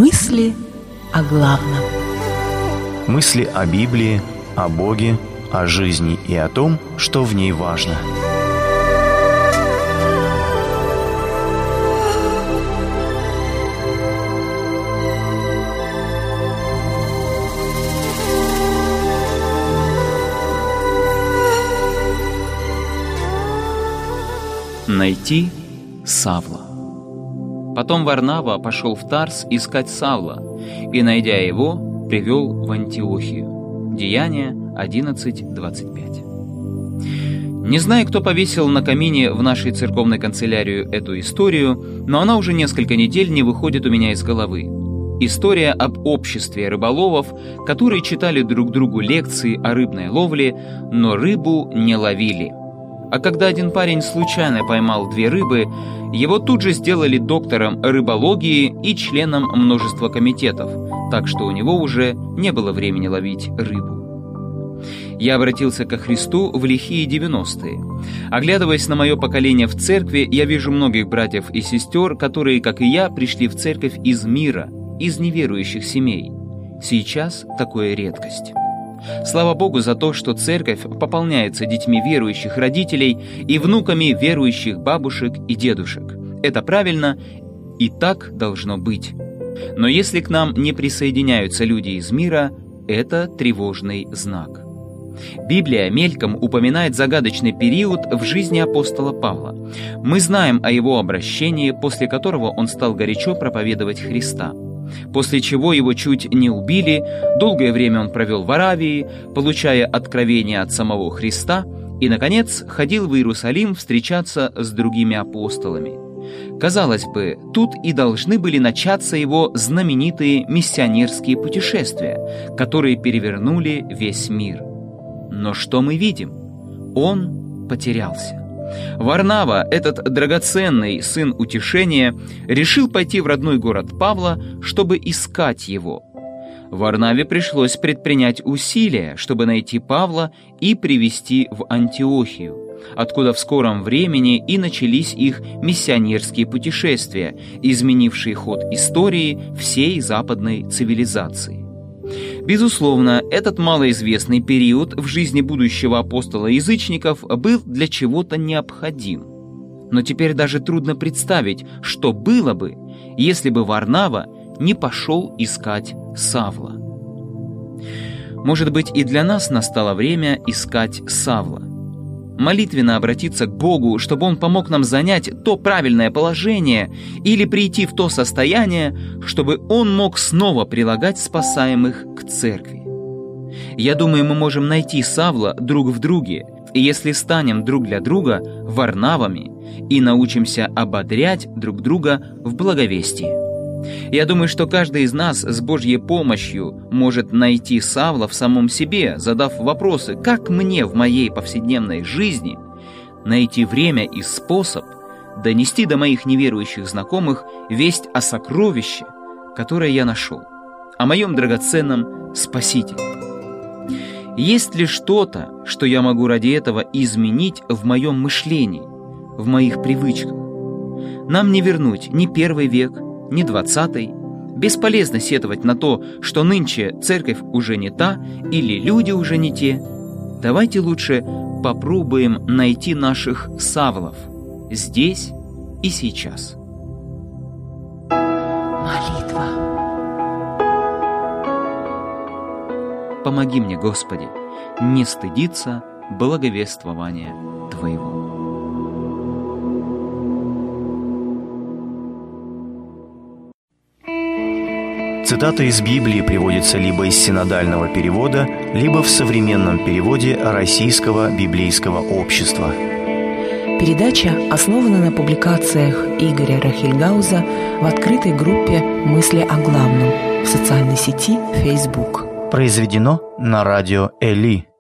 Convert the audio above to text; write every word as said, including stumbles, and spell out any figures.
Мысли о главном. Мысли о Библии, о Боге, о жизни и о том, что в ней важно. Найти Савла. Потом Варнава пошел в Тарс искать Савла, и, найдя его, привел в Антиохию. Деяния одиннадцать двадцать пять. Не знаю, кто повесил на камине в нашей церковной канцелярию эту историю, но она уже несколько недель не выходит у меня из головы. История об обществе рыболовов, которые читали друг другу лекции о рыбной ловле, но рыбу не ловили. А когда один парень случайно поймал две рыбы, его тут же сделали доктором рыбологии и членом множества комитетов, так что у него уже не было времени ловить рыбу. Я обратился ко Христу в лихие девяностые. Оглядываясь на мое поколение в церкви, я вижу многих братьев и сестер, которые, как и я, пришли в церковь из мира, из неверующих семей. Сейчас такое редкость. Слава Богу за то, что церковь пополняется детьми верующих родителей и внуками верующих бабушек и дедушек. Это правильно, и так должно быть. Но если к нам не присоединяются люди из мира, это тревожный знак. Библия мельком упоминает загадочный период в жизни апостола Павла. Мы знаем о его обращении, после которого он стал горячо проповедовать Христа. После чего его чуть не убили, долгое время он провел в Аравии, получая откровения от самого Христа, и, наконец, ходил в Иерусалим встречаться с другими апостолами. Казалось бы, тут и должны были начаться его знаменитые миссионерские путешествия, которые перевернули весь мир. Но что мы видим? Он потерялся. Варнава, этот драгоценный сын утешения, решил пойти в родной город Павла, чтобы искать его. Варнаве пришлось предпринять усилия, чтобы найти Павла и привести в Антиохию, откуда в скором времени и начались их миссионерские путешествия, изменившие ход истории всей западной цивилизации. Безусловно, этот малоизвестный период в жизни будущего апостола язычников был для чего-то необходим. Но теперь даже трудно представить, что было бы, если бы Варнава не пошел искать Савла. Может быть, и для нас настало время искать Савла. Молитвенно обратиться к Богу, чтобы Он помог нам занять то правильное положение или прийти в то состояние, чтобы Он мог снова прилагать спасаемых к церкви. Я думаю, мы можем найти Савла друг в друге, если станем друг для друга Варнавами и научимся ободрять друг друга в благовестии. Я думаю, что каждый из нас с Божьей помощью может найти Савла в самом себе, задав вопросы, как мне в моей повседневной жизни найти время и способ донести до моих неверующих знакомых весть о сокровище, которое я нашел, о моем драгоценном Спасителе. Есть ли что-то, что я могу ради этого изменить в моем мышлении, в моих привычках? Нам не вернуть ни первый век, ни двадцатый. Бесполезно сетовать на то, что нынче церковь уже не та или люди уже не те. Давайте лучше попробуем найти наших Савлов здесь и сейчас. Молитва. Помоги мне, Господи, не стыдиться благовествования Твоего. Цитата из Библии приводится либо из синодального перевода, либо в современном переводе Российского библейского общества. Передача основана на публикациях Игоря Рахильгауза в открытой группе «Мысли о главном» в социальной сети Facebook. Произведено на радио Эли.